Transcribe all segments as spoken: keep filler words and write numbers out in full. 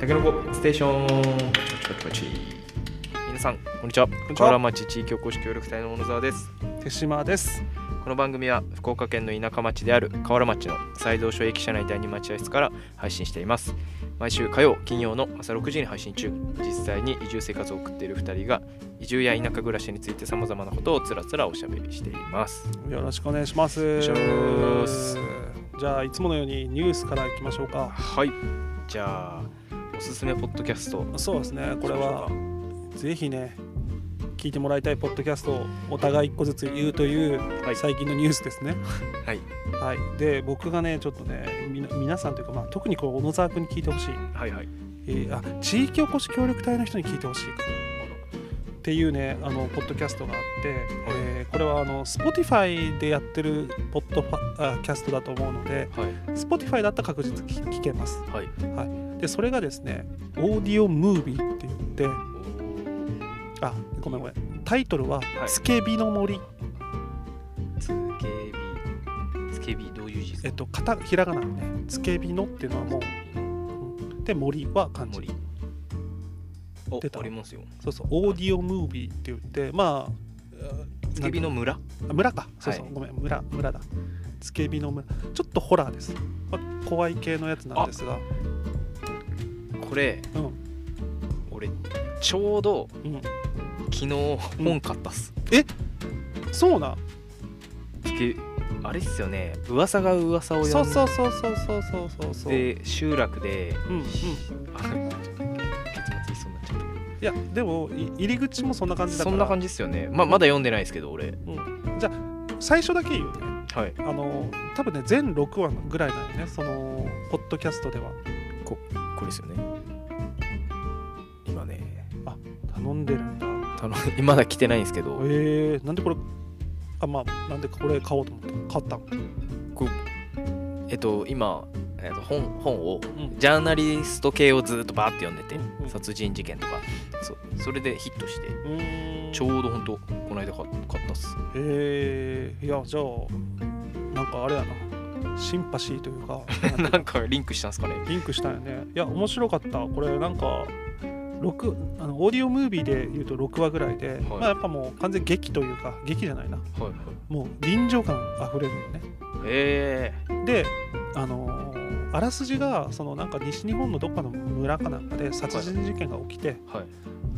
たけのこステーション。パチパチパチパチ。皆さんこんにちは。河原町地域おこし協力隊の小野沢です。 手島です。 この番組は福岡県の田舎町である河原町の西道所駅舎内第二待合室から配信しています。毎週火曜金曜の朝ろくじに配信中。実際に移住生活を送っているふたりが移住や田舎暮らしについてさまざまなことをつらつらおしゃべりしています。 よろしくお願いします。 しますじゃあいつものようにニュースからいきましょうか。 はい。じゃあおすすめポッドキャスト。 そうですね、これはぜひね聞いてもらいたいポッドキャストをお互い一個ずつ言うという最近のニュースですね。 はい、 はい、で僕がねちょっとねみな皆さんというか、まあ、特にこう小野沢君に聞いてほしい、 はいはい、 えー、あ地域おこし協力隊の人に聞いてほしいっていうねあのポッドキャストがあって、はい、えー、これはあの Spotify でやってるポッドファあキャストだと思うので、はい、Spotify だったら確実に聞けます。 はいはい、でそれがですねオーディオムービーって言ってあ、ごめんごめん。タイトルは、はい、つけびの森。 つけび。つけびどういう字ですか？ えっと、片ひらがなね。つけびのっていうのはもう、うん、で森は漢字。 お、出た。ありますよ。 そうそう。オーディオムービーって言って、まあ、 つけびの村？ 村か。そうそう。 はい、 ごめん。村村だ。つけびの村。ちょっとホラーです。まあ、怖い系のやつなんですが。 これ、うん、俺ちょうど。うん、昨日本買ったっす、 うん、えそうなんあれっすよね、噂が噂を呼んで、 そうそうそうそうそうそうそうで集落で、うんうん、結末言いそうになっちゃった。 いやでも入り口もそんな感じだからそんな感じっすよね。ま, まだ読んでないですけど俺、うん、 じゃあ最初だけ言うね。 はい、 あの多分ね全ろくわぐらいなんよね、そのポッドキャストでは。 こ, これですよね今ね。 あ、頼んでるんだ。 まだ来てないんですけど、 えー、なんでこれあ、まあ、なんでこれ買おうと思った買ったこえっと今、えっと、本, 本を、うん、ジャーナリスト系をずっとバーって読んでて、うんうん、殺人事件とか そ, それでヒットしてちょうどほんとこの間買ったっす。 へえー、いやじゃあなんかあれやなシンパシーというかなんかリンクしたんすかね。 リンクしたんよね。いや面白かった。これなんかろくあのオーディオムービーで言うとろくわぐらいで、はい、まあ、やっぱもう完全劇というか劇じゃないな、はいはい、もう臨場感あふれるのね。 へーであのー、あらすじがそのなんか西日本のどっかの村かなんかで殺人事件が起きて、はい、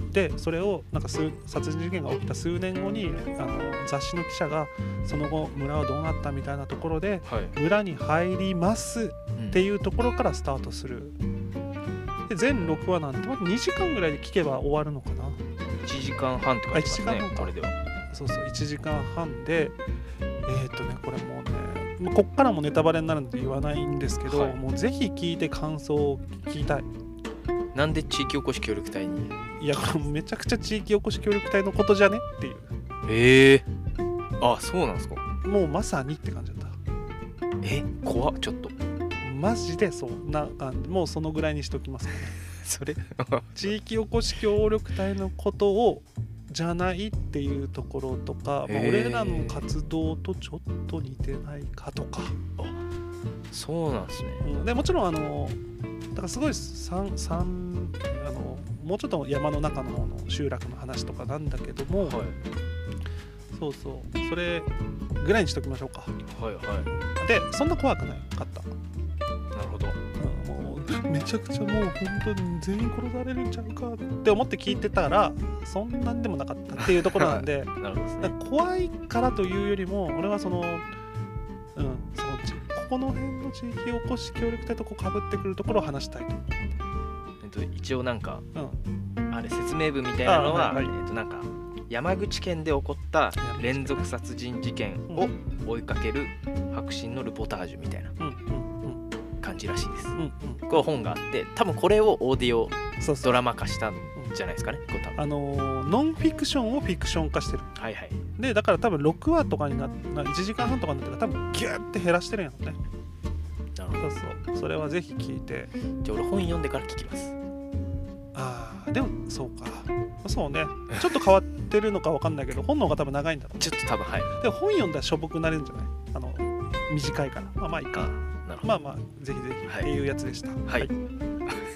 でそれをなんか数殺人事件が起きた数年後にあの雑誌の記者がその後村はどうなったみたいなところで、はい、村に入りますっていうところからスタートする、うん、で全ろくわなんてにじかんぐらいで聞けば終わるのかな。 いちじかんはんって書いてますね。これではそうそういちじかんはんでえっとねこれもうねこっからもネタバレになるので言わないんですけど、はい、もうぜひ聞いて感想を聞きたい。 なんで地域おこし協力隊に？ いやこれめちゃくちゃ地域おこし協力隊のことじゃねっていう。 へえー、あ、そうなんですか。 もうまさにって感じだった。 え、怖っ。ちょっとマジでそうなあもうそのぐらいにしときますかねそれ地域おこし協力隊のことをじゃないっていうところとか、まあ、俺らの活動とちょっと似てないかとか。 あ、そうなんですね、 うん、でもちろんあのだからすごい三三あのもうちょっと山の中の方の集落の話とかなんだけども、はい、そうそうそれぐらいにしときましょうか。 はいはい。 でそんな怖くないかった。 なるほど。 もうめちゃくちゃもう本当に全員殺されるんちゃうかって思って聞いてたらそんなんでもなかったっていうところなんでなるほどですね。 怖いからというよりも俺はその、うん、そのここの辺の地域おこし協力隊とこう被ってくるところを話したいと。 えっと一応なんか、うん、あれ説明文みたいなのは、はいはい、えっとなんか山口県で起こった連続殺人事件を追いかける迫真のルポタージュみたいな感じらしいです、うんうん、これ本があって多分これをオーディオドラマ化したんじゃないですかね。これ多分あのー、ノンフィクションをフィクション化してる。 はいはい。 でだから多分ろくわとかになっていちじかんはんとかになって多分ギューって減らしてるんやろね。 なるほど。 そうそうそれはぜひ聞いて。 じゃあ俺本読んでから聞きます。 ああでもそうかそうねちょっと変わってるのか分かんないけど本の方が多分長いんだろう。 ちょっと多分はい。 で本読んだらしょぼくなれるんじゃない？あの短いからまあまあいいか。まあまあぜひぜひっていうやつでした。 はい、はい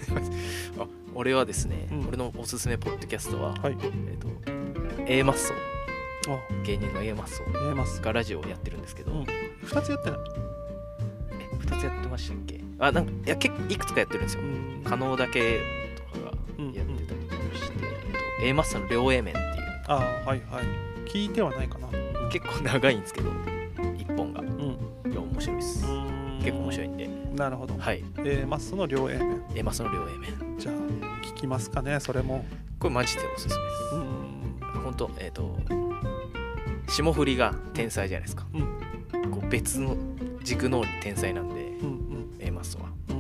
あ、俺はですね、うん、俺のおすすめポッドキャストは、はい、えーと A マッソ、芸人の A マッソがラジオをやってるんですけど、うん、 ふたつやってない？ え、ふたつやってましたっけ？あ、なんかいや結構いくつかやってるんですよ。可能だけとかがやってたりとかして、うんうん、えーと A マッソの両 A 面っていう、 あ、はいはい、聞いてはないかな。 結構長いんですけどいっぽんが、うん、いや面白いです。結構面白いんで。なるほど。はい。 えー、マッソの両 A 面。 えー、マッソの両 A 面。 じゃあ聞きますかね、それも。 これマジでおすすめです。うん。本当、えっ、ー、と霜降りが天才じゃないですか。うん。こう別の軸の天才なんで、うんうん、A マッソは。うん。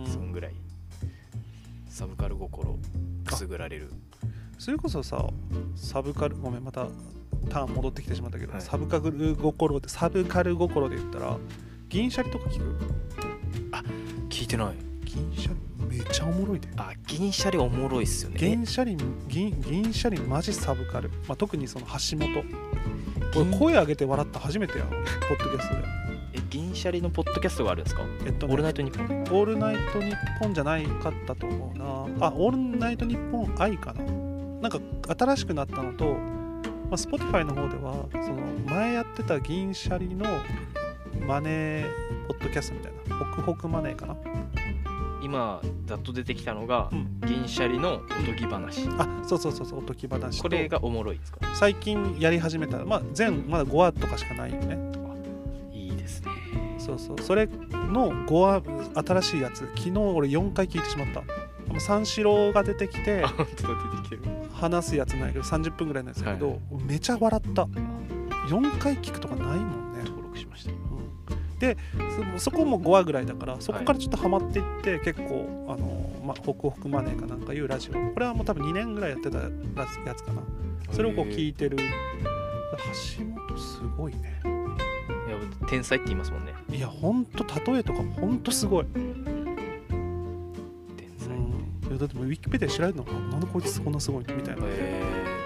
そんぐらいサブカル心くすぐられる。 それこそさ、サブカル、ごめんまたターン戻ってきてしまったけど、はい、サブカル心でサブカル心で言ったら銀シャリとか聞く？ あ、聞いてない。 銀シャリめっちゃおもろいで。 あ、銀シャリおもろいっすよね。 銀シャリ、銀、銀シャリマジサブカル、まあ、特にその橋本、俺声上げて笑った初めてやポッドキャストで。 え、銀シャリのポッドキャストがあるんですか？えっと、ね、オールナイトニッポン。 オールナイトニッポンじゃないかったと思うなあ。オールナイトニッポン愛かな。なんか新しくなったのと、まあ、Spotify の方ではその前やってた銀シャリのマネーポッドキャストみたいな、ホクホクマネーかな。 今ざっと出てきたのが、うん、銀シャリのおとぎ話。 あ、そうそうそうそう、おとぎ話。 これがおもろいですか？ 最近やり始めた、まあ全まだごわとかしかないよね。 いいですね。 そうそう、それのごわ新しいやつ、昨日俺よんかい聞いてしまった。三四郎が出てきて、 本当だ、出てきてる。話すやつないけどさんじゅっぷんぐらいなんですけど、はい、めちゃ笑った。よんかい聞くとかないもんね。 登録しました。 で そ, そこもごわぐらいだから、そこからちょっとハマっていって、はい、結構あの、ま、ホクホクマネーかなんかいうラジオ、これはもう多分にねんぐらいやってたやつかな。それをこう聞いてる。橋本すごいね。 いや天才って言いますもんね。 いやほんと例えとかほんとすごい。天才、うん、 いやだってもうウィキペディア知られるのかな、なんでこいつこんなすごいみたいな。へえ。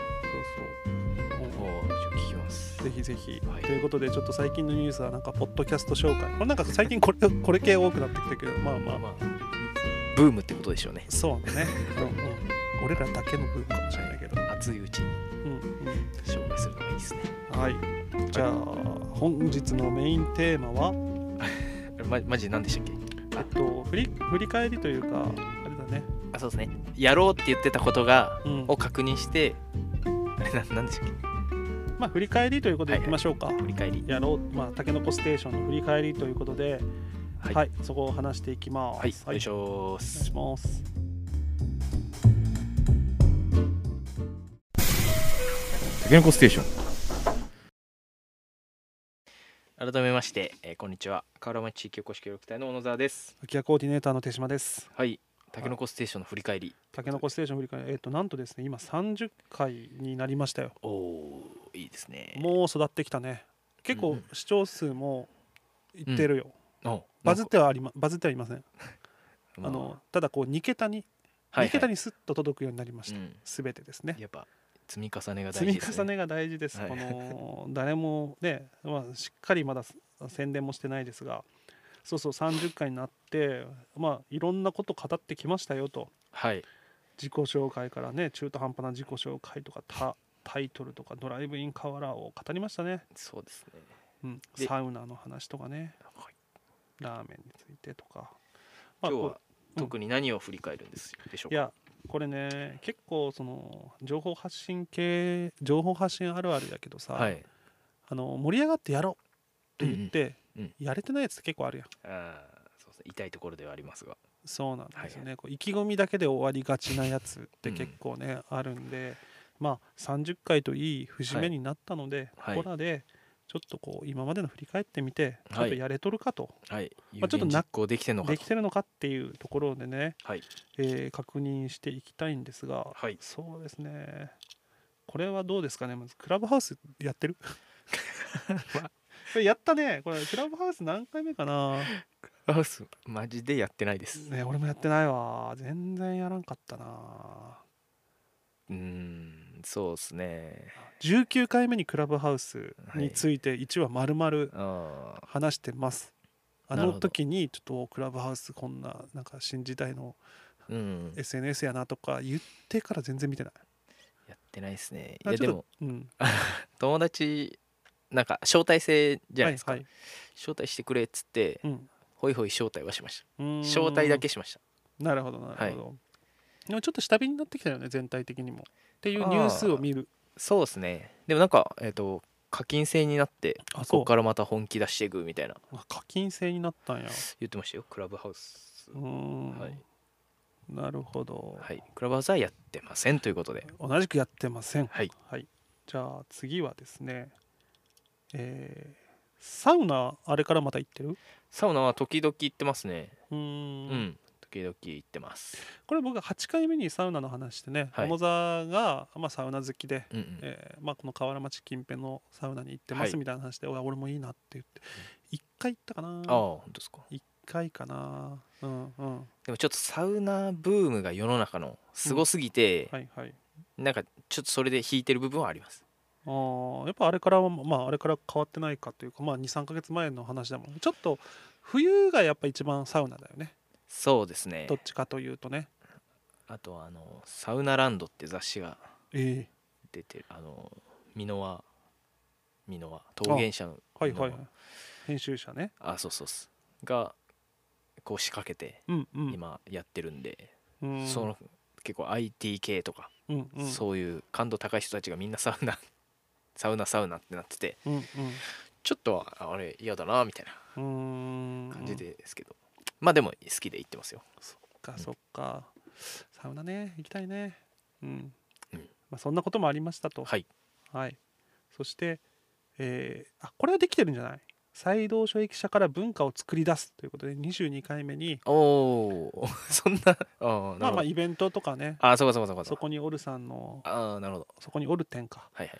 ぜひぜひ、はい、ということでちょっと最近のニュースはなんかポッドキャスト紹介、これなんか最近これこれ系多くなってきたけど、まあまあまあブームってことでしょうね。 そうね、うんうん、俺らだけのブームかもしれないけど、 熱いうちに、うんうん、紹介するのがいいですね。 はい、じゃあ本日のメインテーマはま、マジで何でしたっけ？ えっと振り、振り返りというかあれだね。 あ、そうですね、やろうって言ってたことが、うん、を確認して、あれな何でしたっけ？ まあ、振り返りということでいきましょうか。はいはい、 振り返りやろう、まあ、タケノコステーションの振り返りということで、はい、はい、そこを話していきます。 はい、はい、お願いします。 お願いします。 タケノコステーション。改めまして、えー、こんにちは。河原町地域おこし協力隊の小野沢です。 空き家コーディネーターの手島です。 はい。タケノコステーションの振り返り。 タケノコステーション振り返り、えっとなんとですね、今さんじゅっかいになりましたよ。 おお、いいですね。 もう育ってきたね。結構視聴数もいってるよ。うん、バズってはありまバズってはいません。あのただこうにけたに、はいはい、にけたにスッと届くようになりました。すべ、うん、てですね。 やっぱ積み重ねが大事ですね。 積み重ねが大事です。はい、この誰もね、まあしっかりまだ宣伝もしてないですが。そうそう、さんじゅっかいになって、まあ、いろんなこと語ってきましたよと、 はい、 自己紹介からね、中途半端な自己紹介とか タ, タイトルとかドライブイン河原を語りましたね。 そうですね、 うん、サウナの話とかね、はい、ラーメンについてとか、 まあ、今日は特に何を振り返るんですでしょうか。 いやこれね、結構その情報発信系情報発信あるあるやけどさ、はい、あの盛り上がってやろうって言って、うんうんうん、やれてないやつって結構あるやん。 あ、そうですね、痛いところではありますが。 そうなんですよね、はいはい、こう意気込みだけで終わりがちなやつって結構ね、うん、あるんで、まあさんじゅっかいといい節目になったので、はい、ここらでちょっとこう今までの振り返ってみて、ちょっとやれとるかと、 はい、まあ、ちょっと実行できてるのかとできてるのかっていうところでね、はい、えー、確認していきたいんですが、はい、そうですね、これはどうですかね。まずクラブハウスやってるこれやったね。これクラブハウス何回目かな。 クラブハウスマジでやってないですね。俺もやってないわ。全然やらんかったな。 うーん、そうですね。 じゅうきゅうかいめにクラブハウスについていちわ丸々話してます。はい、あの時にちょっとクラブハウスこんななんか新時代のうん、 エスエヌエス やなとか言ってから全然見てない。 やってないですね。いやでも、 うん、 友達なんか招待制じゃないですか、 はいはい、 招待してくれっつって、うん、ほいほい招待はしました。招待だけしました。 なるほどなるほど、はい、でもちょっと下火になってきたよね全体的にもっていうニュースを見る。 そうですね。でもなんかえっ、ー、と課金制になってここからまた本気出していくみたいな。 課金制になったんや。 言ってましたよクラブハウス。 うん、はい、なるほど。 はい、クラブハウスはやってませんということで。 同じくやってません。 はい、 はい、じゃあ次はですね、えー、サウナあれからまた行ってる？ サウナは時々行ってますね。 うーん、うん、 時々行ってます。 これ僕がはちかいめにサウナの話してね、はい、小野沢が、まあ、サウナ好きで、うんうん、えーまあ、この河原町近辺のサウナに行ってますみたいな話で、はい、俺もいいなって言っていっかい行ったかな。ああ本当ですか。 いっかいかな、うんうん、 でもちょっとサウナブームが世の中のすごすぎて、 うんはいはい、 なんかちょっとそれで引いてる部分はあります。 あやっぱあれからは、まあ、あれから変わってないかというか、まあ、にさんかげつまえの話だもん。ちょっと冬がやっぱ一番サウナだよね。 そうですね。 どっちかというとね。 あとはあのサウナランドって雑誌が出てる、 えー、 あの箕輪箕輪桃源社の、 はいはいはい、編集者ね。 あそうそうすがこう仕掛けて今やってるんで、うんうん、その結構 アイティー 系とか、うんうん、そういう感度高い人たちがみんなサウナサウナサウナってなってて、うんうん、ちょっとあれ嫌だなみたいな感じですけど、まあでも好きで行ってますよ。 そっかそっか、うん、サウナね行きたいね。うん、うん、まあ、そんなこともありましたと。 はい、 はい、そして、えー、あこれはできてるんじゃない？斉藤書駅舎から文化を作り出すということでにじゅうにかいめにおおそんなあまあまあイベントとかね、 あそうかそうかそうか、 そこにオルさんのあなるほど、 そこにオルテンか、 はいはい、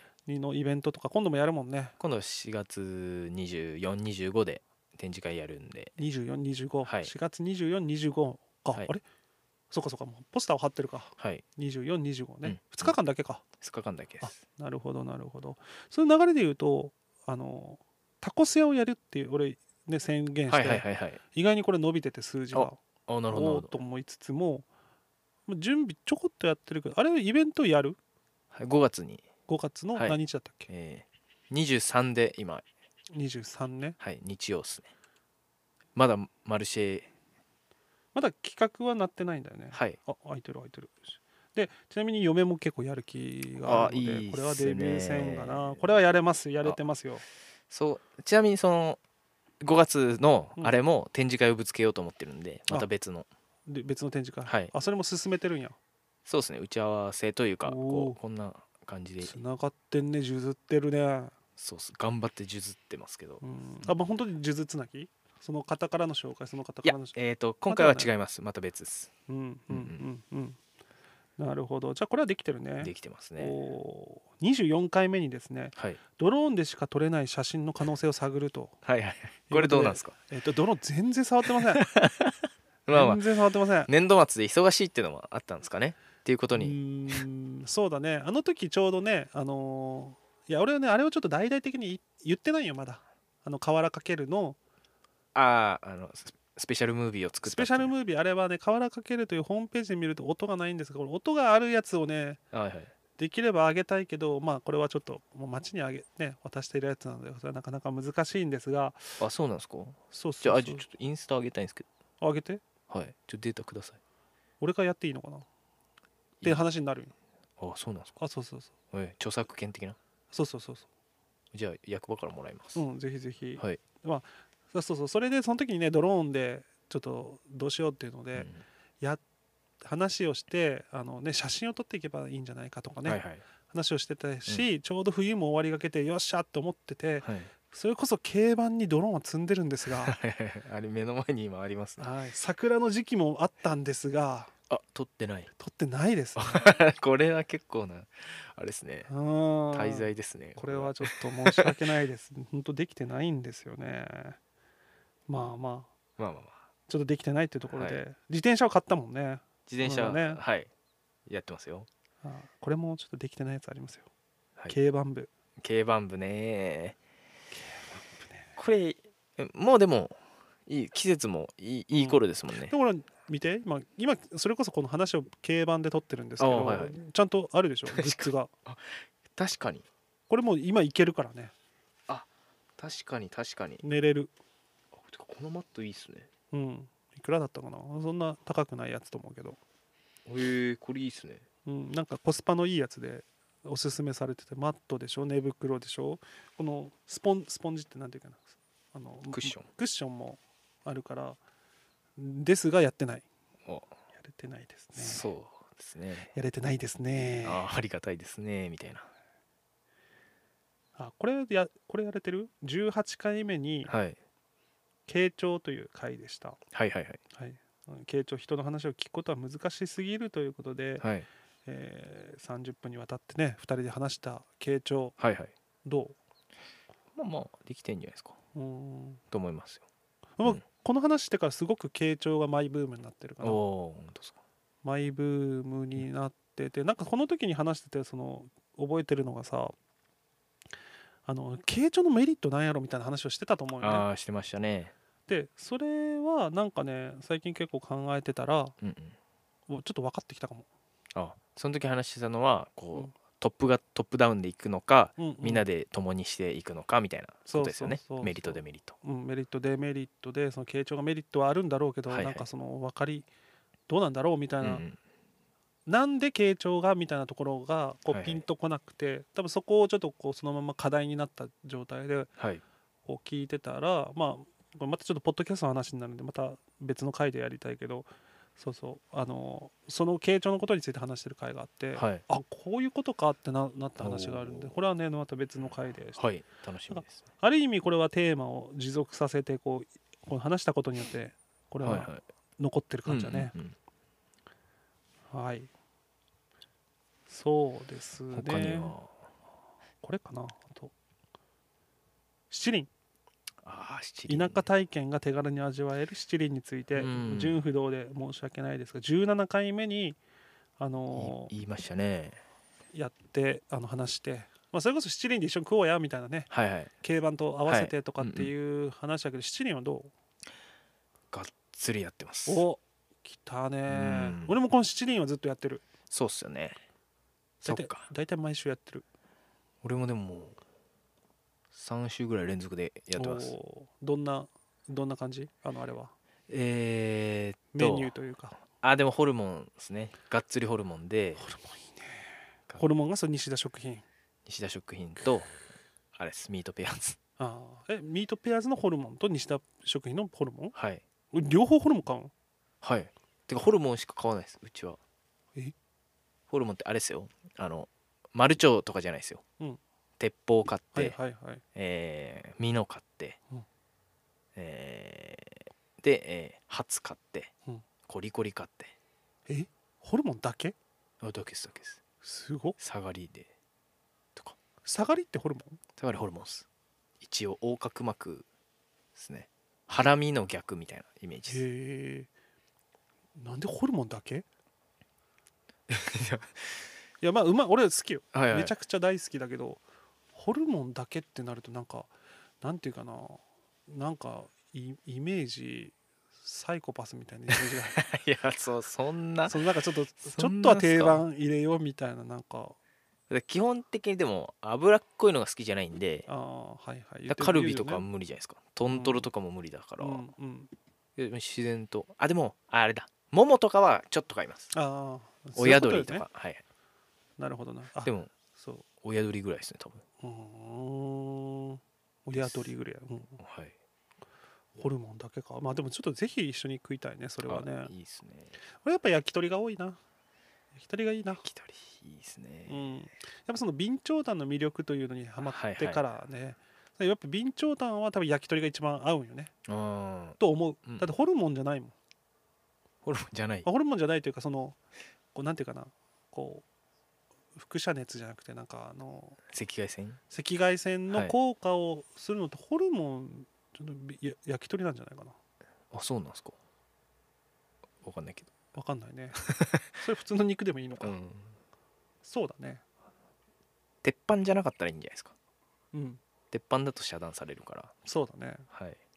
のイベントとか今度もやるもんね。 今度しがつにじゅうよん、にじゅうごで展示会やるんで、 にじゅうよん、にじゅうご、はい、しがつにじゅうよん、にじゅうごか、はい、あれそうかそうか、もうポスターを貼ってるか、はい、にじゅうよん、にじゅうごね、うん、ふつかかんだけか、 ふつかかんだけです。 なるほどなるほど。その流れで言うとあのタコス屋をやるっていう俺ね宣言して、はいはいはいはい、意外にこれ伸びてて数字があなるほどと思いつつも準備ちょこっとやってるけど、あれイベントやる、 はい、ごがつにごがつの何日だったっけ、 はいえー、にじゅうさんで今にじゅうさんね、 はい日曜っすね。まだマルシェまだ企画はなってないんだよね。 はいあ空いてる空いてる。でちなみに嫁も結構やる気があるので、いい、ね、これはデビュー戦かな。これはやれますやれてますよ。 そうちなみにそのごがつのあれも展示会をぶつけようと思ってるんで、うん、また別ので別の展示会、 はい、 あそれも進めてるんや。 そうですね打ち合わせというかこうこんな感じでつながってんね、数珠ってるね。 そうっす頑張って数珠ってますけど、 うん、あまあ本当に数珠つなぎ、その方からの紹介、その方からの紹介、 いやえっ、ー、と今回は違います、また別です。 うんうんうんうん、うん、なるほど。じゃあこれはできてるね。 できてますね。 おにじゅうよんかいめにですね、はい、ドローンでしか撮れない写真の可能性を探ると。 はいはい、これどうなんですか。 えっ、ー、とドローン全然触ってませんまあまあ全然触ってません。 年度末で忙しいっていうのもあったんですかねっていうことに。うーんそうだね、あの時ちょうどね、あのー、いや俺はねあれをちょっと大々的に言ってないよまだ。あの河原かけるのあああのスペシャルムービーを作ったスペシャルムービー、あれはね河原かけるというホームページで見ると音がないんですが、これ音があるやつをね、はいはい、できれば上げたいけど、まあこれはちょっともう街にあげね渡しているやつなのでそれはなかなか難しいんですが。 あそうなんですか。 そうそうそう、 じゃあちょっとインスタ上げたいんですけど。上げて、 はい、ちょっとデータください。 俺がやっていいのかなっていう話になるよ。 あそうなんですか。 あそうそうそう、 えー、著作権的な。 そうそうそうそう、 じゃあ役場からもらいます。 うんぜひぜひ。 はい、 まあそうそうそう、それでその時にねドローンでちょっとどうしようっていうので、うん、や話をしてあの、ね、写真を撮っていけばいいんじゃないかとかね、はいはい、話をしてたし、うん、ちょうど冬も終わりがけてよっしゃと思ってて、はい、それこそ軽バンにドローンは積んでるんですがあれ目の前に今ありますね、 はい、桜の時期もあったんですが、 あ撮ってない撮ってないです、ね、 これは結構なあれですね、滞在ですね。 これはちょっと申し訳ないです本当できてないんですよね。まあまあまあまあまあちょっとできてないっていうところで、はい、自転車を買ったもんね。 自転車はね、はいやってますよ。 あこれもちょっとできてないやつありますよ、はい、軽バン部軽バン部ね。これもうでもいい季節もいい、いい頃ですもんね。 でも見て今今それこそこの話を軽バンで撮ってるんですけど、はいはい、ちゃんとあるでしょグッズが確かにこれもう今いけるからね。 あ確かに確かに寝れる。 このマットいいっすね。 うんいくらだったかな、そんな高くないやつと思うけど。 へえこれいいっすね。 うんなんかコスパのいいやつでおすすめされてて、マットでしょ寝袋でしょ、このスポンスポンジってなんていうかな、あのクッションクッションもあるからですがやってない。やれてないですね。 そうですね。 やれてないですね。 あありがたいですねみたいな。 あこれやこれやれてるじゅうはちかいめに傾聴という回でした。 はいはいはい。 はい、傾聴人の話を聞くことは難しすぎるということで、 はいえー、さんじゅっぷんにわたってねふたりで話した傾聴、 はいはい、 どう？ まあまあできてんじゃないですか。うんと思いますよ。 うん、この話してからすごく傾聴がマイブームになってるかな。 お本当ですか。 マイブームになってて、なんかこの時に話しててその覚えてるのがさ、あの傾聴のメリットなんやろみたいな話をしてたと思うよね。 ああしてましたね。 でそれはなんかね最近結構考えてたら、うんうん、ちょっと分かってきたかも。 あその時話してたのはこう、うん、トップがトップダウンでいくのか、うんうん、みんなで共にしていくのかみたいなことですよね。メリットデメリット、 うん、メリットデメリットでその傾聴がメリットはあるんだろうけど、はいはい、なんかその分かりどうなんだろうみたいな、うんうん、なんで傾聴がみたいなところがこうピンとこなくて、はいはい、多分そこをちょっとこうそのまま課題になった状態でこう聞いてたら、まあこれまたちょっとポッドキャストの話になるんでまた別の回でやりたいけど、そうそうあのその傾聴のことについて話してる回があって、はい、あこういうことかって な, なった話があるんで、これはねまた別の回で、 はい、楽しみです。 ある意味これはテーマを持続させてこうこの話したことによってこれは残ってる感じだね。はい、そうですね。 他にはこれかな、あと七輪。 あ七輪、 田舎体験が手軽に味わえる七輪について、純不動で申し訳ないですがじゅうななかいめにあのー、言いましたね。 やってあの話して、まあ、それこそ七輪で一緒に食おうやみたいなね、はいはい、競馬と合わせてとかっていう話だけど、はい、うんうん、七輪はどう？ がっつりやってます。 お来たね。俺もこの七輪はずっとやってる。 そうっすよね。 そっか。大体毎週やってる。 俺もでもさん週ぐらい連続でやってます。 どんなどんな感じ？あのあれはえー、っとメニューというか、 あでもホルモンですね。がっつりホルモンで。 ホルモンいいね。ホルモンがその西田食品西田食品とあれですミートペアーズ。 ああえミートペアーズのホルモンと西田食品のホルモン、 はい、 両方ホルモン買うの？ はい。てかホルモンしか買わないですうちは。 えホルモンってあれですよ、あのマルチョウとかじゃないですよ、うん、鉄砲買って、はいはいはい、えー、ミノ買って、うん、えー、で、えー、ハツ買って、うん、コリコリ買って。 えホルモンだけ？ あだけですだけです。 すごっ。 下がりでとか。 下がりってホルモン？ 下がりホルモンです。一応横隔膜ですね。ハラミの逆みたいなイメージです。 へえ。なんでホルモンだけ？いやまあうまい、俺好きよ、はいはい、めちゃくちゃ大好きだけどホルモンだけってなるとなんかなんていうかな、なんかイイメージサイコパスみたいなイメージがいやそうそんなそのなんかちょっとちょっとは定番入れようみたいな、なんか基本的にでも脂っこいのが好きじゃないんで、 あ、はいはい、 だカルビとかも無理じゃないですか、トントロとかも無理だから、うんうんうん、自然とあでもあれだももとかはちょっと買います。あ親鳥とか、ね、はい。 なるほどな。 でもそう親鳥ぐらいですね多分。 うん、親鳥ぐらい、うん、はい。ホルモンだけか。まあでもちょっとぜひ一緒に食いたいねそれはね。 いいですね。 俺やっぱ焼き鳥が多いな。焼き鳥がいいな。 焼き鳥いいですね。 うん。やっぱその備長炭の魅力というのにハマってからね。はいはい、やっぱ備長炭は多分焼き鳥が一番合うんよね。と思う。だってホルモンじゃないもん。 ホルモンじゃない。 ホルモンじゃないというかそのこうなんていうかな、こう輻射熱じゃなくてなんかあの赤外線赤外線の効果をするのってホルモンちょっとや焼き鳥なんじゃないかな。 あそうなんですか。分かんないけど。 分かんないね。それ普通の肉でもいいのか。うん、そうだね。 鉄板じゃなかったらいいんじゃないですか。うん。鉄板だと遮断されるから。 そうだね。 はい。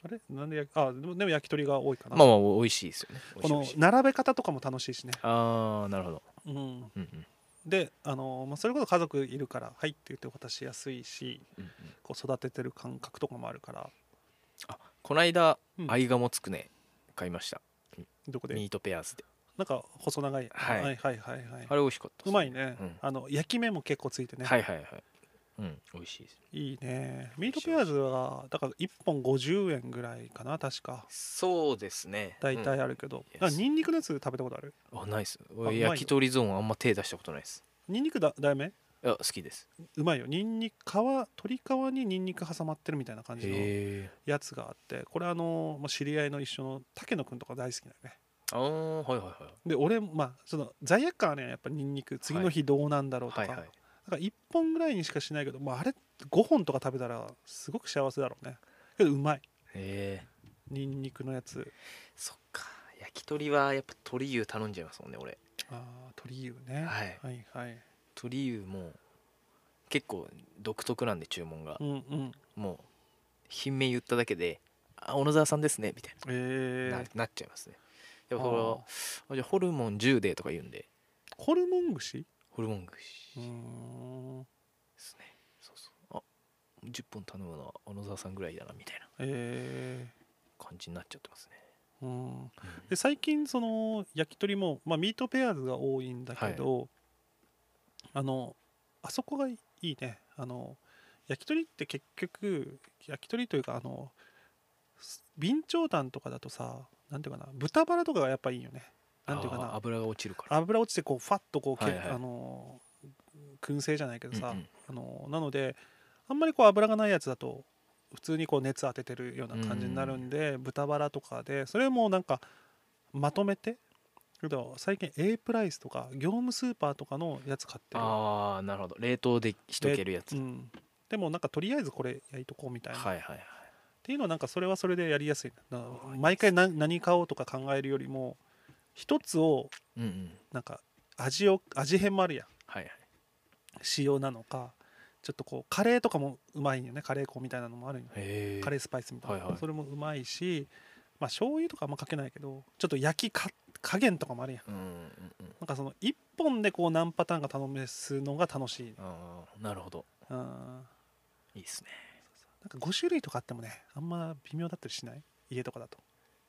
あれなんで焼きあでもでも焼き鳥が多いかな。 まあまあ美味しいですよね。 この並べ方とかも楽しいしね。 ああなるほど。 うんうんうん、であの、まあ、それこそ家族いるから「はい」って言って渡しやすいし、うんうん、こう育ててる感覚とかもあるから。 あこの間合鴨つくね買いました。 どこで？ ミートペアーズで。 なんか細長い、 はい、 はいはいはいはい。 あれ美味しかったです、 ね、うまいね、うん、あの焼き目も結構ついてね。 はいはいはい。うん美味しいです。 いいね。ミートペアーズはだからいっぽんごじゅうえんぐらいかな確か。 そうですね。 大体あるけど、うん、ニンニクのやつ食べたことある？ あないっす。焼き鳥ゾーンあんま手出したことないです。 ニンニクだダメ？ いや好きです。 うまいよ。ニンニク皮鶏皮にニンニク挟まってるみたいな感じのやつがあって、これあの知り合いの一緒の竹野くんとか大好きだよね。 ああはいはいはい。 で俺まあその罪悪感あるやんやっぱニンニク次の日どうなんだろうとか、はいはいはい、だからいっぽんぐらいにしかしないけど、まあ、あれごほんとか食べたらすごく幸せだろうね。けどうまい。へえ。ニンニクのやつ。 そっか焼き鳥はやっぱ鶏油頼んじゃいますもんね俺。 ああ鶏油ね、はい、はいはい鶏油も結構独特なんで注文が、うんうん、もう品名言っただけで「あ小野沢さんですね」みたいな、えー、な, なっちゃいますね。やっぱそのじゃホルモンじゅうでとか言うんで。 ホルモン串？ ホルモン串ですね。そうそうあじゅっぽん頼むのは小野沢さんぐらいだなみたいな、えー、感じになっちゃってますね。 うん、で最近その焼き鳥も、まあ、ミートペアーズが多いんだけど、はい、あのあそこがいいね。あの焼き鳥って結局焼き鳥というかあの備長炭とかだとさなんていうかな豚バラとかがやっぱいいよね。なんていうかな油が落ちるから油落ちてこうファッとこう、はいはい、あの燻製じゃないけどさ、うんうん、あのなのであんまりこう油がないやつだと普通にこう熱当ててるような感じになるんで、ん豚バラとかでそれもなんかまとめて最近 A プライスとか業務スーパーとかのやつ買ってる。 ああなるほど冷凍でしとけるやつ、うん、 でもなんかとりあえずこれ焼いとこうみたいな、 はいはいはい、 っていうのはなんかそれはそれでやりやすい。毎回何何買おうとか考えるよりも一つをなんか味を味変もあるやん、はいはい、塩なのかちょっとこうカレーとかもうまいよね。カレー粉みたいなのもあるんよ。カレースパイスみたいな、はいはい、それもうまいし、まあ醤油とかあんまかけないけどちょっと焼きか加減とかもあるやん、うんうんうん、なんかそのいっぽんでこう何パターンか頼めすのが楽しい。 あなるほど、うん、いいっすね。 なんかご種類とかあってもねあんま微妙だったりしない？家とかだと。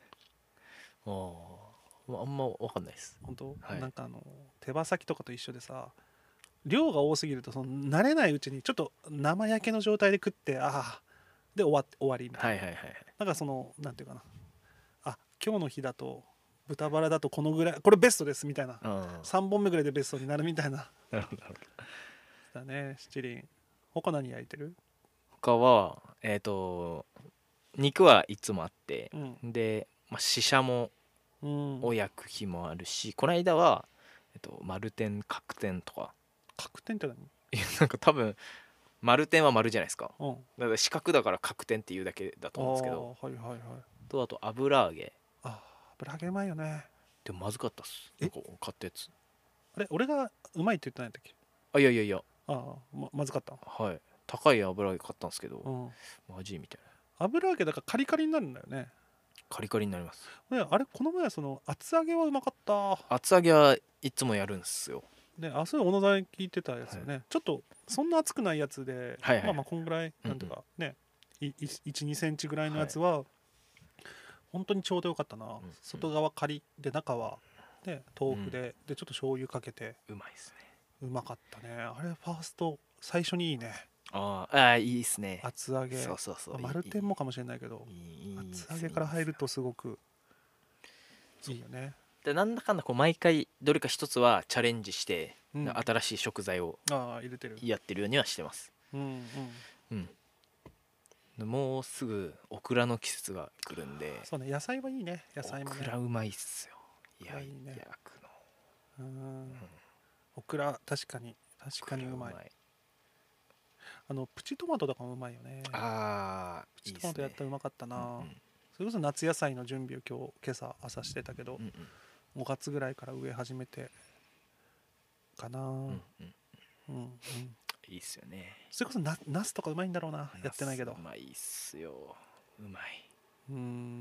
あああんま分かんないです。 本当、はい、なんかあの手羽先とかと一緒でさ量が多すぎるとその慣れないうちにちょっと生焼けの状態で食ってああで終わ終わりみたいな、はいはいはい、なんかそのなんていうかなあ今日の日だと豚バラだとこのぐらいこれベストですみたいな、うん、さんぼんめぐらいでベストになるみたいな。なるほどだね。七輪他何焼いてる？ 他はえっ、ー、と肉はいつもあって、うん、で、まあ、シシャモを焼く日もあるし、うん、この間は、えっと、丸天角天とか。 角天って何？ いやなんか多分丸天は丸じゃないですか、うん、だから四角だから角天っていうだけだと思うんですけど、あ、はいはいはい、とあと油揚げ。 あ油揚げうまいよね。 でもまずかったっす。なんか買ったやつあれ俺がうまいって言ってないんだっけ？ あいやいやいやあ ま, まずかった。 はい高い油揚げ買ったんですけど、うん、マジみたいな。油揚げだからカリカリになるんだよね。 カリカリになります。 ね、あれこの前その厚揚げはうまかった。 厚揚げはいつもやるんですよ。 ね、あそれ小野さん聞いてたやつよね、はい、ちょっとそんな厚くないやつで、はいはい、まあまあこんぐらいなんていうか、うんうん、ねいちにセンチぐらいのやつは、はい、本当にちょうどよかったな、うんうん、外側カリで中は、ね、豆腐で、うん、でちょっと醤油かけてうまいですね。 うまかったね。あれファースト最初にいいね。 ああいいですね。 厚揚げそうそうそう、 丸天もかもしれないけどいい厚揚げから入るとすごくいいよね。 でなんだかんだこう毎回どれか一つはチャレンジして、うん、新しい食材をやってるようにはしてます。うんうんうん、もうすぐオクラの季節が来るんで。 そうね野菜はいいね。野菜もねオクラうまいっすよ。いやいいね焼くの。うん、 うん、オクラ確かに確かにうまい。あのプチトマトとかもうまいよね。ああプチトマトやったらうまかったな、うんうん、それこそ夏野菜の準備を今日今朝朝してたけど、うんうんごがつぐらいから植え始めてかな。うんうんうんうん、いいっすよね。 それこそなナスとかうまいんだろうな。やってないけどうまいっすよ。うまいうん、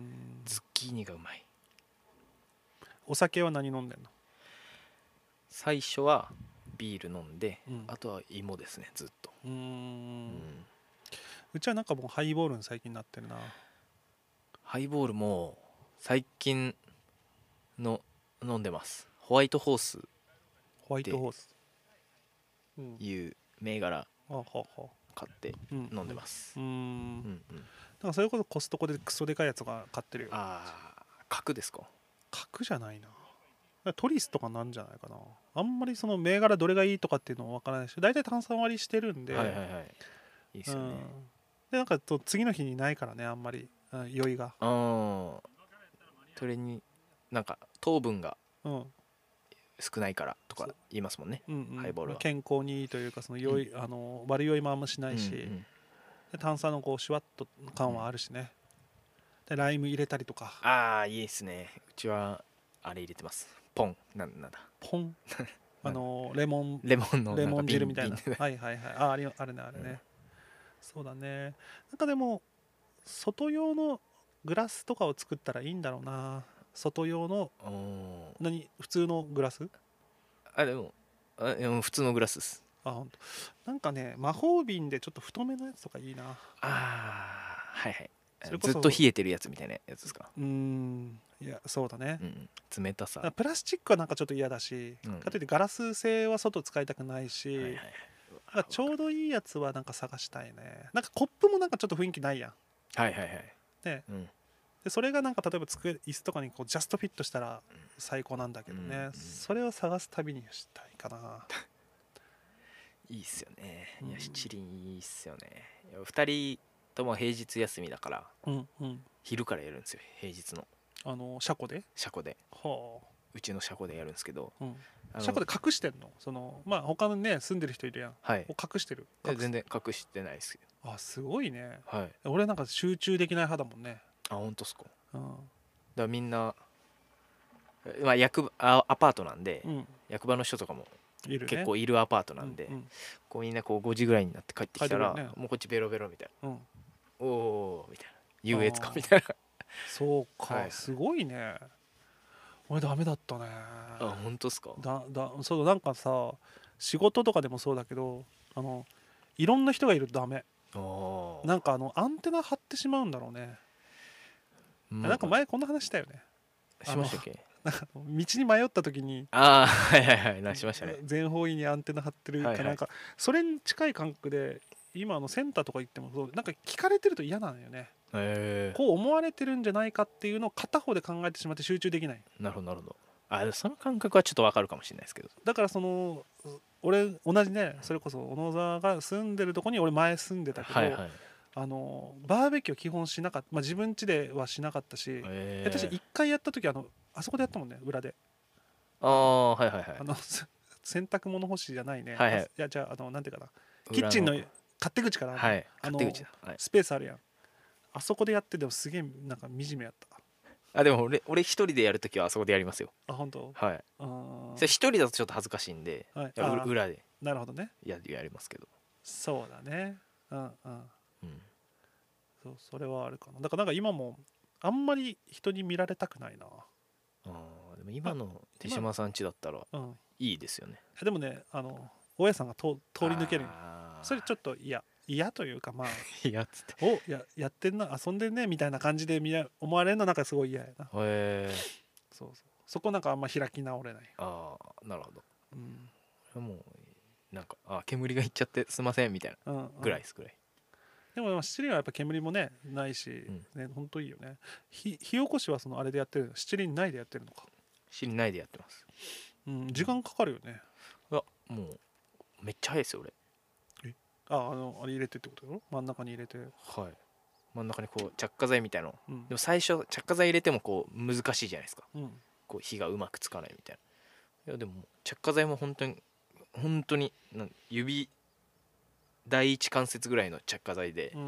ズッキーニがうまい。 お酒は何飲んでんの？ 最初はビール飲んで、 うん、 あとは芋ですね、ずっと。 うーん、 うん、 うちはなんかもうハイボールに最近なってるな。 ハイボールも最近の飲んでます。ホワイトホースホワイトホースいう銘柄買って飲んでます。 うん、うん、うん、 うん、 なんかそれこそコストコでクソでかいやつが買ってるよ。 ああ、角ですか？ 角じゃないな、トリスとかなんじゃないかな。あんまりその銘柄どれがいいとかっていうのもわからないし、大体炭酸割りしてるんで、 はいはいはい、いいっすよね。うん、 でなんかと次の日にないからね、あんまり、うん、酔いが。 ああ、それになんか糖分が少ないからとか言いますもんね、うんうん、ハイボールは健康にいいというか、その酔い、うん、あの悪酔いもあんましないし、うんうん、で炭酸のこうシュワッと感はあるしね、でライム入れたりとか。 ああ、いいですね。うちはあれ入れてます。ポン、なんなんだポンあのレモンレモンのレモン汁みたいな。はいはいはい、ああれあれねあれね、うん、そうだね。なんかでも外用のグラスとかを作ったらいいんだろうな。外用の何普通のグラス？ あ、でもあ普通のグラスです。 あ、ほんと。なんかね、魔法瓶でちょっと太めのやつとかいいな。ああ、はいはい。それこそずっと冷えてるやつみたいなやつですか？ うーん、いやそうだね、 うん、冷たさ。 プラスチックはなんかちょっと嫌だし、うん、かといってガラス製は外使いたくないし、はいはいはい、なんかちょうどいいやつはなんか探したいね。なんかコップもなんかちょっと雰囲気ないやん。 はいはいはい。 ね、うん、でそれがなんか例えば机椅子とかにこうジャストフィットしたら最高なんだけどね、うんうん、それを探すたびにしたいかな。 いいっすよね。いや、七輪いいっすよね。ふたりとも平日休みだから、うんうん、昼からやるんですよ、平日の。 あの車庫で車庫で、はあ、うちの車庫でやるんですけど、うん、 車庫で隠してんの？そのまあ他のね住んでる人いるやん、はい、隠してる？ 隠全然隠してないですけど。あ、すごいね、 はい、 俺なんか集中できない派だもんね。 あ、本当っすか？うん、だからみんな、まあ、役あアパートなんで、うん、役場の人とかもいる、ね、結構いるアパートなんで、うんうん、こうみんなこうごじぐらいになって帰ってきたら、ね、もうこっちベロベロみたいな、うん、おおみたいな、優越感みたいな。 そうか、はい、すごいね。俺ダメだったね。 あ、本当っすか？ だだそう、なんかさ、仕事とかでもそうだけど、あのいろんな人がいるとダメ。なんかあのアンテナ張ってしまうんだろうね。なんか前こんな話したよね。 しましたっけ？ なんか道に迷った時に、 ああ、はいはいはい、なしましたね。 全方位にアンテナ張ってるか、はいはい、なんかそれに近い感覚で今のセンターとか行ってもそう、なんか聞かれてると嫌なのよね。へ、こう思われてるんじゃないかっていうのを片方で考えてしまって集中できない。 なるほどなるほど。あ、その感覚はちょっと分かるかもしれないですけど。 だからその俺同じね、それこそ小野沢が住んでるとこに俺前住んでたけど、はいはい、あのバーベキュー基本しなかった、まあ、自分家ではしなかったし、私一回やった時あのあそこでやったもんね、裏で。 ああ、はいはいはい。 あの洗濯物干しじゃないね、 はいはい、いやじゃあ、あのなんていうかな、キッチンの勝手口から、 はい、 あの勝手口だ、はい、 スペースあるやん、あそこでやってでもすげえなんか惨めやった。 あ、でも俺俺一人でやるときはあそこでやりますよ。あ、本当？ はい。あ、それ一人だとちょっと恥ずかしいんで、はい、裏でなるほどね、 ややりますけど。 そうだね、うんうん、うん、そう、それはあるかな。だからなんか今もあんまり人に見られたくないな。 あ、でも今の手島さん家だったらいいですよね。 でもね、あの大家さんが通り抜ける、それちょっと嫌嫌というか、まあ嫌っつっておややってんな、遊んでんねみたいな感じで思われるのなんかすごい嫌やな。へえ。 そうそう、そこなんかあんま開き直れない。 ああ、なるほど。うん、もうなんか、あ、煙がいっちゃってすいませんみたいなぐらいですぐらい。 でも七輪はやっぱ煙もねないし、うん、ね、ほんといいよね。火起こしはそのあれでやってるの？七輪内でやってるのか？ 七輪内でやってます。 うん、時間かかるよね。 いや、もうめっちゃ早いですよ俺。 え、あ、あのあれ入れてってことだろ？真ん中に入れて。はい。 真ん中にこう着火剤みたいなの、うん、でも最初着火剤入れてもこう難しいじゃないですか、うん、こう火がうまくつかないみたいな。いやでも着火剤も本当に本当になん指第一関節ぐらいの着火剤で、うん、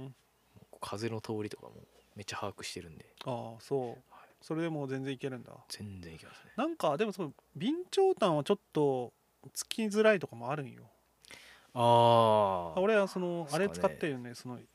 風の通りとかもめっちゃ把握してるんで。 ああ、そう、はい、それでもう全然いけるんだ。 全然いけますね。 なんかでもその備長炭はちょっとつきづらいとかもあるんよ。ああ、俺はそのあれ使ってるよね、その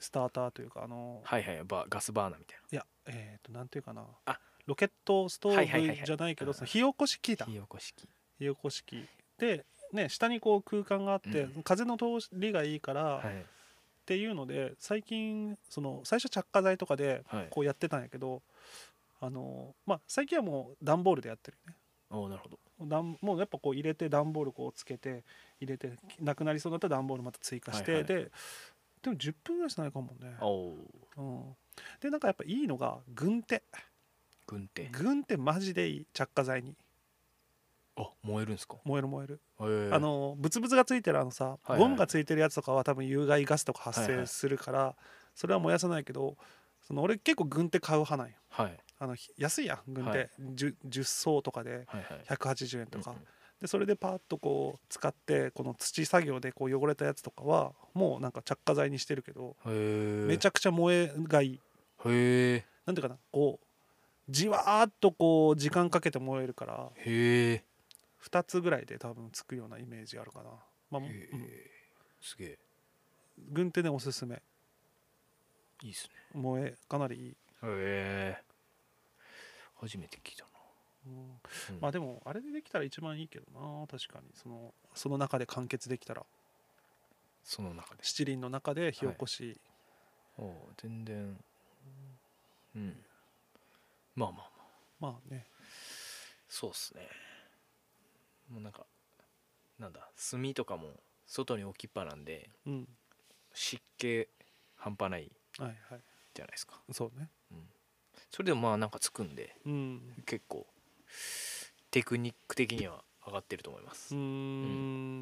スターターというかあのはいはいバガスバーナーみたいいやえっ、ー、となんていうかなあロケットストーブじゃないけど、その火起こし器だ火起こし器火起こし器でね下にこう空間があって、うん、風の通りがいいから、はい、っていうので最近その最初着火剤とかでこうやってたんやけど、はい、あのまあ最近はもう段ボールでやってるね。 おなるほど。 もうやっぱこう入れて段ボールこうつけて入れてなくなりそうだったら段ボールまた追加して、はいはい、ででもじゅっぷんぐらいしないかもね。お、うん、でなんかやっぱいいのが軍手軍手軍手マジでいい。着火剤にあ燃えるんですか。 燃える燃える、えー、あのブツブツがついてるあのさ、はいはい、ゴムがついてるやつとかは多分有害ガスとか発生するから、はいはい、それは燃やさないけど、その俺結構軍手買う派なんよ、はい、あの安いやん軍手、はい、10, じゅっそうとかでひゃくはちじゅうえんとか、はいはい、でそれでパーッとこう使ってこの土作業でこう汚れたやつとかはもうなんか着火剤にしてるけど、めちゃくちゃ燃えがいい。へえ。なんていうかな、こうじわーっとこう時間かけて燃えるから、へえ。ふたつぐらいで多分つくようなイメージあるかな。まあ、うん、 すげえ。 軍手でおすすめ。 いいっすね。燃えかなりいい。へえ。初めて聞いたな。 うんうん、まあでもあれでできたら一番いいけどな。確かにそのその中で完結できたら。 その中で。 七輪の中で火起こし。 はい、お全然。うん。まあまあまあ。まあね。 そうっすね。もうなんかなんだ炭とかも外に置きっぱなんで、うん、湿気半端ないじゃないですか。 はいはい、そうね、 うん、それでもまあなんかつくんで、うん、結構テクニック的には上がってると思います。うーん、うん、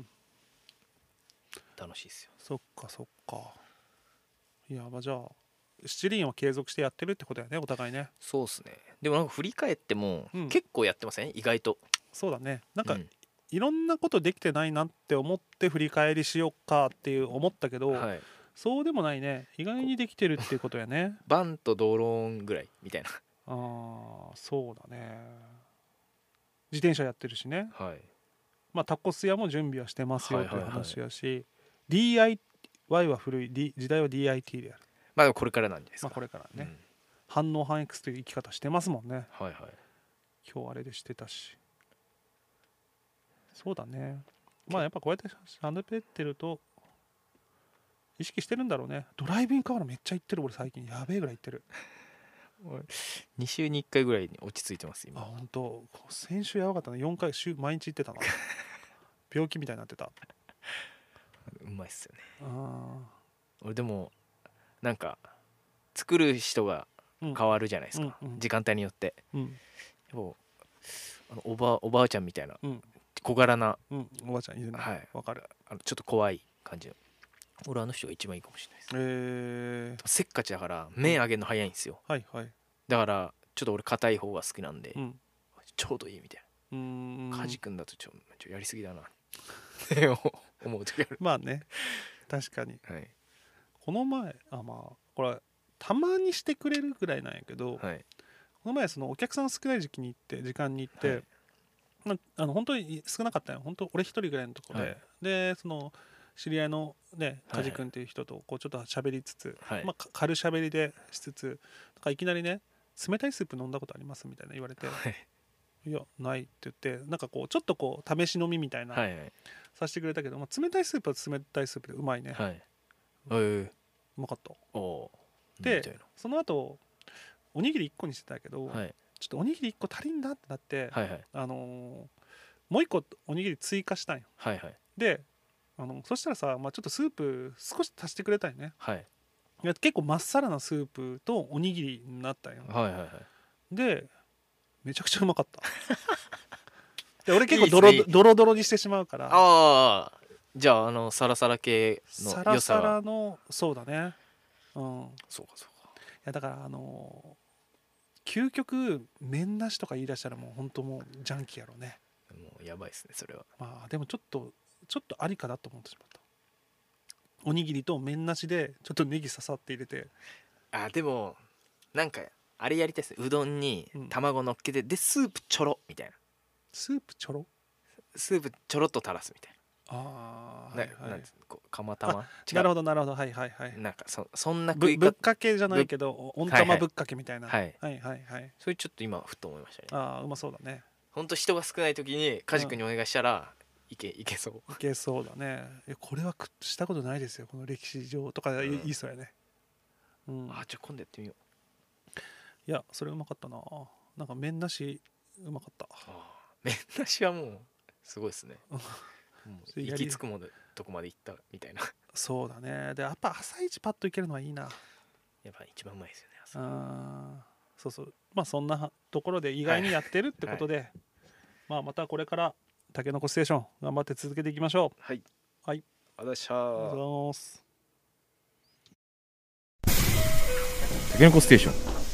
楽しいですよ。 そっかそっか。いやまあじゃあ七輪は継続してやってるってことだよねお互いね。 そうっすね。でもなんか振り返っても、うん、結構やってません意外と。 そうだね。なんか、うん、いろんなことできてないなって思って振り返りしようかっていう思ったけど、はい、そうでもないね。意外にできてるっていうことやね。 バンとドローンぐらいみたいな。 ああそうだね。自転車やってるしね、はい、まあタコス屋も準備はしてますよという話やし、はいはいはい、ディーアイワイ は古い、D、時代は ディーアイティー である。 まあこれからなんですか。 まあこれからね、うん、反応反 X という生き方してますもんね。はいはい。今日あれでしてたし。そうだね。まあやっぱこうやってしゃべってると意識してるんだろうね。ドライビングカメラめっちゃ行ってる俺最近。やべえぐらい行ってる。 に週にいっかいぐらいに落ち着いてます今。 あ本当。先週やばかったな。よんかい週毎日行ってたな。病気みたいになってた。 うまいっすよね。あ俺でもなんか作る人が変わるじゃないですか、うんうんうん、時間帯によって、うん、あのおばおばあちゃんみたいな、うん、小柄な、 うん、おばあちゃんいるね。はい、わかる。 あのちょっと怖い感じの俺あの人が一番いいかもしれないです。えー、せっかちだから麺上げるの早いんですよ、うん、はいはい。だからちょっと俺硬い方が好きなんで、うん、ちょうどいいみたいな。うーんカジ君だとちょちょやりすぎだなって思う時ある。 まあね確かに、はい、この前あまあこれたまにしてくれるぐらいなんやけど、はい、この前そのお客さん少ない時期に行って時間に行って、はい、まあの本当に少なかったよ。本当俺一人ぐらいのところで、はい、でその知り合いのねカジ君っていう人とこうちょっと喋りつつ、はい、まあ軽喋りでしつつ、なんかいきなりね冷たいスープ飲んだことありますみたいな言われて、はい、いやないって言ってなんかこうちょっとこう試し飲みみたいな、はいはい、させてくれたけど、まあ、冷たいスープは冷たいスープでうまいね、はい、えー、うまかった。おでその後おにぎりいっこにしてたけど、はい、ちょっとおにぎりいっこ足りんだってなって、はいはい、あのー、もういっこおにぎり追加したんよ、はいはい、であのそしたらさ、まあ、ちょっとスープ少し足してくれたよね、はい、いや結構まっさらなスープとおにぎりになったんよ、はいはいはい、でめちゃくちゃうまかったで俺結構ドロドロドロにしてしまうから。 ああじゃああのサラサラ系の良さはサラサラのそうだね、うん、 そうかそうか。 いやだからあのー、究極麺なしとか言い出したらもう本当もうジャンキーやろね。 もうやばいですねそれは。 まあでもちょっとちょっとありかなと思ってしまった。おにぎりと麺なしでちょっとネギ刺さって入れて。 あでもなんかあれやりたいですね。うどんに卵乗っけて、うん、でスープちょろみたいな。 スープちょろ？ スープちょろっと垂らすみたいな。 ああ、 な、 はいはい、 なんつうのこう釜玉。 なるほどなるほど、はいはいはい。 なんかそそんな食いぶっかけじゃないけど温玉ぶっかけみたいな。 はいはいはいはい。 それちょっと今ふっと思いましたね。 ああ、うまそうだね。 ほんと人が少ない時にカジ君にお願いしたら、うん、いけいけそう。 いけそうだね。えこれはしたことないですよこの歴史上とか言いそうやね。うん。 あじゃあ今度やってみよう。いやそれうまかったな。なんか麺なしうまかった。 あ麺なしはもうすごいですね。もう行き着くものとこまで行ったみたいな。 そうだね。でやっぱ朝一パッといけるのはいいな。 やっぱ一番うまいですよね朝。 あそうそう。まあそんなところで意外にやってるってことで、はい、まあまたこれからたけのこステーション頑張って続けていきましょう。 はいはい。 ありがとうございます。 たけのこステーション。